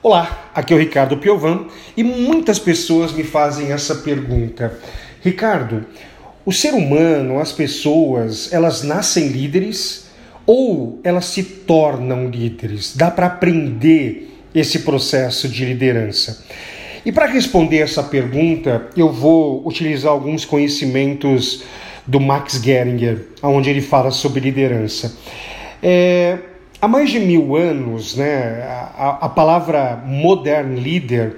Olá, aqui é o Ricardo Piovan e muitas pessoas me fazem essa pergunta. Ricardo, o ser humano, as pessoas, elas nascem líderes ou elas se tornam líderes? Dá para aprender esse processo de liderança? E para responder essa pergunta, eu vou utilizar alguns conhecimentos do Max Geringer, onde ele fala sobre liderança. Há mais de 1000 anos, a palavra modern leader,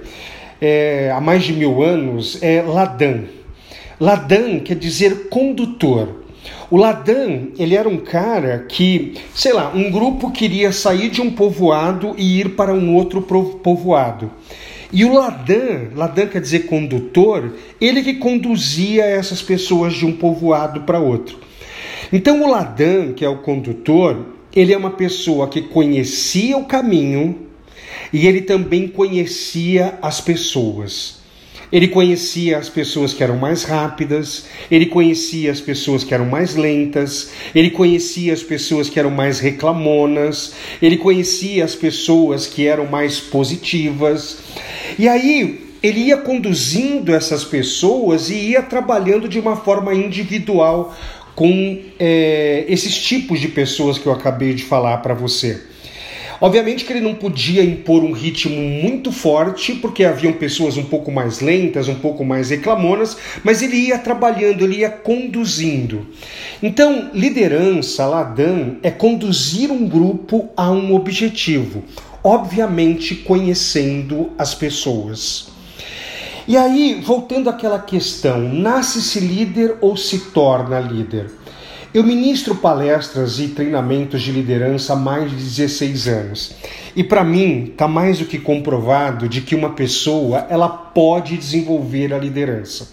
há mais de 1000 anos, é Ladan. Ladan quer dizer condutor. O Ladan, ele era um cara que, um grupo queria sair de um povoado e ir para um outro povoado. E o Ladan quer dizer condutor, ele que conduzia essas pessoas de um povoado para outro. Então o Ladan, que é o condutor, ele é uma pessoa que conhecia o caminho e ele também conhecia as pessoas. Ele conhecia as pessoas que eram mais rápidas, ele conhecia as pessoas que eram mais lentas, ele conhecia as pessoas que eram mais reclamonas, ele conhecia as pessoas que eram mais positivas. E aí ele ia conduzindo essas pessoas e ia trabalhando de uma forma individual com esses tipos de pessoas que eu acabei de falar para você. Obviamente que ele não podia impor um ritmo muito forte, porque haviam pessoas um pouco mais lentas, um pouco mais reclamonas, mas ele ia trabalhando, ele ia conduzindo. Então, liderança, Ladan, é conduzir um grupo a um objetivo, obviamente conhecendo as pessoas. E aí, voltando àquela questão, nasce-se líder ou se torna líder? Eu ministro palestras e treinamentos de liderança há mais de 16 anos. E para mim, está mais do que comprovado de que uma pessoa, ela pode desenvolver a liderança.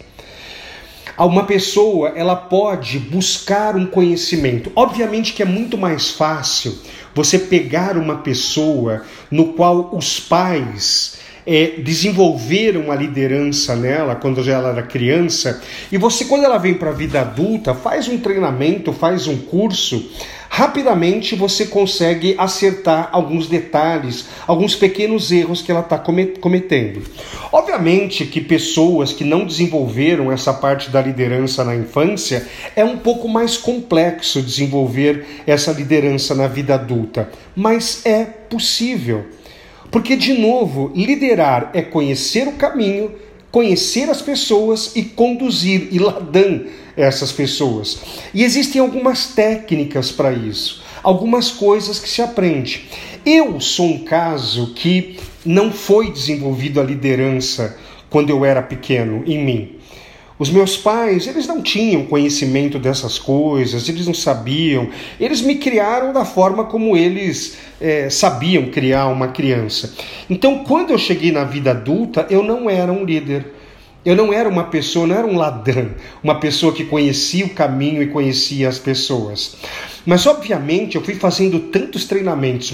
Uma pessoa, ela pode buscar um conhecimento. Obviamente que é muito mais fácil você pegar uma pessoa no qual os pais desenvolveram a liderança nela quando ela era criança, e você, quando ela vem para a vida adulta, faz um treinamento, faz um curso, rapidamente você consegue acertar alguns detalhes, alguns pequenos erros que ela está cometendo. Obviamente que pessoas que não desenvolveram essa parte da liderança na infância, é um pouco mais complexo desenvolver essa liderança na vida adulta, mas é possível. Porque, de novo, liderar é conhecer o caminho, conhecer as pessoas e conduzir e Ladan essas pessoas. E existem algumas técnicas para isso, algumas coisas que se aprende. Eu sou um caso que não foi desenvolvido a liderança quando eu era pequeno em mim. Os meus pais, eles não tinham conhecimento dessas coisas, eles não sabiam. Eles me criaram da forma como eles sabiam criar uma criança. Então, quando eu cheguei na vida adulta, eu não era um líder. Eu não era uma pessoa, não era um Ladan, uma pessoa que conhecia o caminho e conhecia as pessoas. Mas, obviamente, eu fui fazendo tantos treinamentos,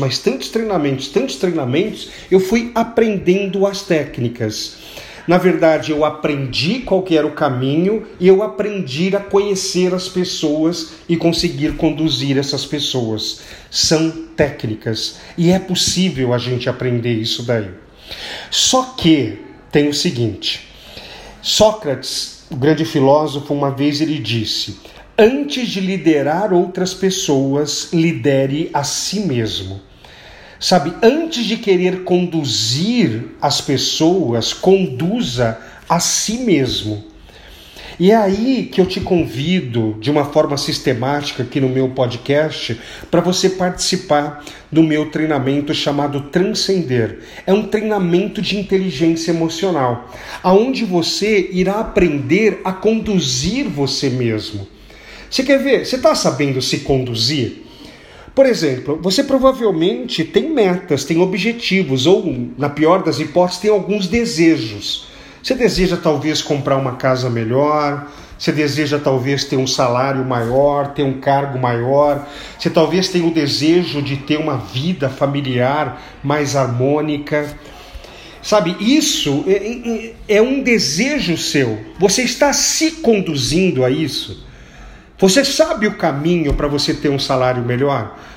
eu fui aprendendo as técnicas. Na verdade, eu aprendi qual que era o caminho e eu aprendi a conhecer as pessoas e conseguir conduzir essas pessoas. São técnicas e é possível a gente aprender isso daí. Só que tem o seguinte, Sócrates, o grande filósofo, uma vez ele disse: antes de liderar outras pessoas, lidere a si mesmo. Sabe, antes de querer conduzir as pessoas, conduza a si mesmo. E é aí que eu te convido, de uma forma sistemática aqui no meu podcast, para você participar do meu treinamento chamado Transcender. É um treinamento de inteligência emocional, onde você irá aprender a conduzir você mesmo. Você quer ver? Você está sabendo se conduzir? Por exemplo, você provavelmente tem metas, tem objetivos, ou, na pior das hipóteses, tem alguns desejos. Você deseja talvez comprar uma casa melhor, você deseja talvez ter um salário maior, ter um cargo maior, você talvez tenha o desejo de ter uma vida familiar mais harmônica. Sabe, isso é um desejo seu. Você está se conduzindo a isso? Você sabe o caminho para você ter um salário melhor?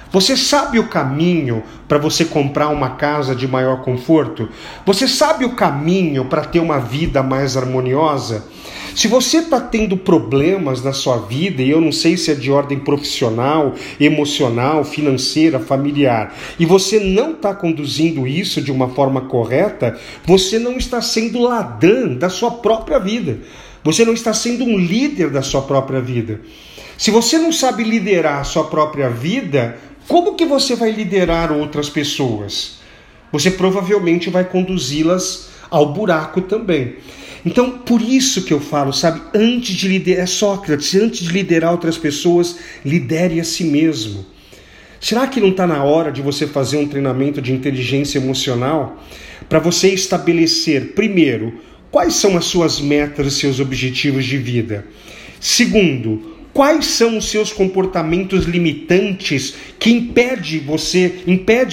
Você sabe o caminho para você comprar uma casa de maior conforto? Você sabe o caminho para ter uma vida mais harmoniosa? Se você está tendo problemas na sua vida, e eu não sei se é de ordem profissional, emocional, financeira, familiar, e você não está conduzindo isso de uma forma correta, você não está sendo ladrão da sua própria vida. Você não está sendo um líder da sua própria vida. Se você não sabe liderar a sua própria vida, como que você vai liderar outras pessoas? Você provavelmente vai conduzi-las ao buraco também. Então, por isso que eu falo, sabe, antes de liderar, Sócrates, antes de liderar outras pessoas, lidere a si mesmo. Será que não está na hora de você fazer um treinamento de inteligência emocional para você estabelecer, primeiro, quais são as suas metas e seus objetivos de vida? Segundo, quais são os seus comportamentos limitantes que impedem você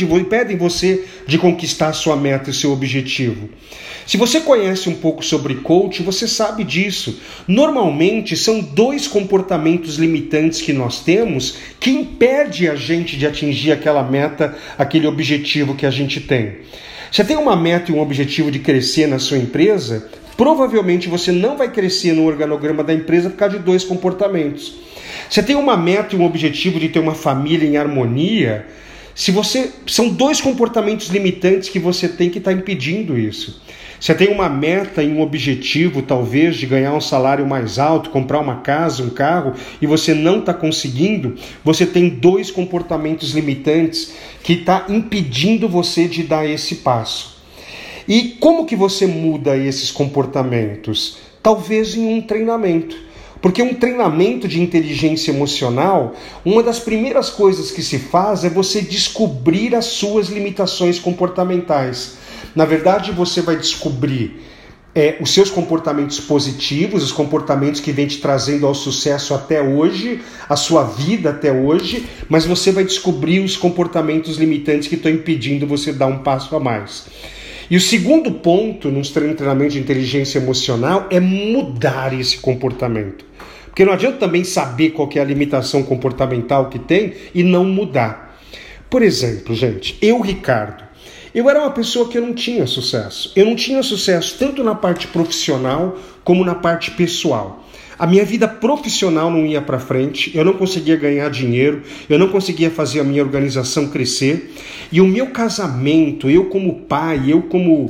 de conquistar a sua meta e seu objetivo? Se você conhece um pouco sobre coaching, você sabe disso. Normalmente são 2 comportamentos limitantes que nós temos que impedem a gente de atingir aquela meta, aquele objetivo que a gente tem. Você tem uma meta e um objetivo de crescer na sua empresa? Provavelmente você não vai crescer no organograma da empresa por causa de 2 comportamentos. Você tem uma meta e um objetivo de ter uma família em harmonia? São 2 comportamentos limitantes que você tem que estar impedindo isso. Você tem uma meta e um objetivo, talvez, de ganhar um salário mais alto, comprar uma casa, um carro, e você não está conseguindo, você tem 2 comportamentos limitantes que estão impedindo você de dar esse passo. E como que você muda esses comportamentos? Talvez em um treinamento. Porque um treinamento de inteligência emocional, uma das primeiras coisas que se faz é você descobrir as suas limitações comportamentais. Na verdade, você vai descobrir os seus comportamentos positivos, os comportamentos que vêm te trazendo ao sucesso até hoje, a sua vida até hoje, mas você vai descobrir os comportamentos limitantes que estão impedindo você dar um passo a mais. E o segundo ponto no treinamento de inteligência emocional é mudar esse comportamento. Porque não adianta também saber qual que é a limitação comportamental que tem e não mudar. Por exemplo, gente, Ricardo, eu era uma pessoa que eu não tinha sucesso. Eu não tinha sucesso tanto na parte profissional como na parte pessoal. A minha vida profissional não ia para frente, eu não conseguia ganhar dinheiro, eu não conseguia fazer a minha organização crescer. E o meu casamento, eu como pai, eu como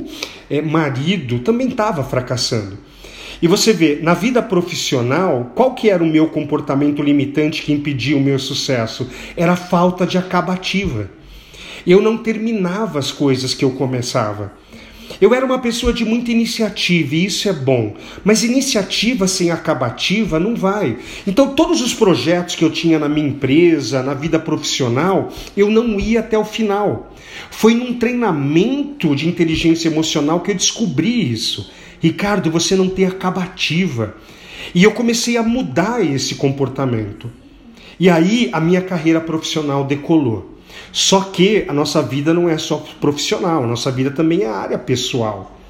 marido, também estava fracassando. E você vê, na vida profissional, qual que era o meu comportamento limitante que impedia o meu sucesso? Era a falta de acabativa. Eu não terminava as coisas que eu começava. Eu era uma pessoa de muita iniciativa e isso é bom, mas iniciativa sem acabativa não vai. Então todos os projetos que eu tinha na minha empresa, na vida profissional, eu não ia até o final. Foi num treinamento de inteligência emocional que eu descobri isso. Ricardo, você não tem acabativa. E eu comecei a mudar esse comportamento. E aí a minha carreira profissional decolou. Só que a nossa vida não é só profissional, a nossa vida também é a área pessoal.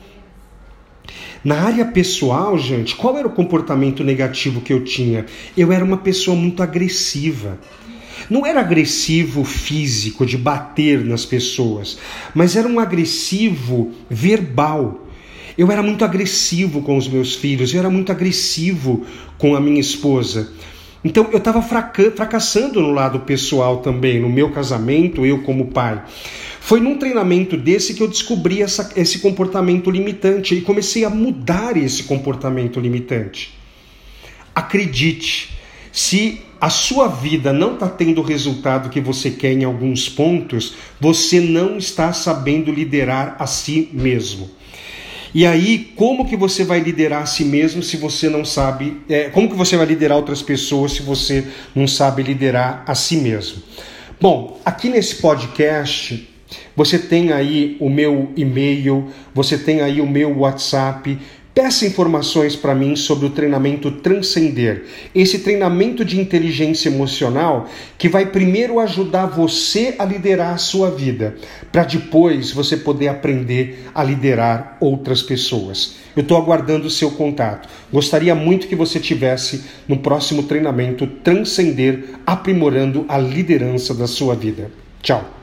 Na área pessoal, gente, qual era o comportamento negativo que eu tinha? Eu era uma pessoa muito agressiva. Não era agressivo físico, de bater nas pessoas, mas era um agressivo verbal. Eu era muito agressivo com os meus filhos, eu era muito agressivo com a minha esposa. Então eu estava fracassando no lado pessoal também, no meu casamento, eu como pai. Foi num treinamento desse que eu descobri esse comportamento limitante e comecei a mudar esse comportamento limitante. Acredite, se a sua vida não está tendo o resultado que você quer em alguns pontos, você não está sabendo liderar a si mesmo. E aí, como que você vai liderar a si mesmo se você não sabe... como que você vai liderar outras pessoas se você não sabe liderar a si mesmo? Bom, aqui nesse podcast, você tem aí o meu e-mail, você tem aí o meu WhatsApp. peça informações para mim sobre o treinamento Transcender, esse treinamento de inteligência emocional que vai primeiro ajudar você a liderar a sua vida, para depois você poder aprender a liderar outras pessoas. Eu estou aguardando o seu contato. Gostaria muito que você tivesse no próximo treinamento Transcender, aprimorando a liderança da sua vida. Tchau!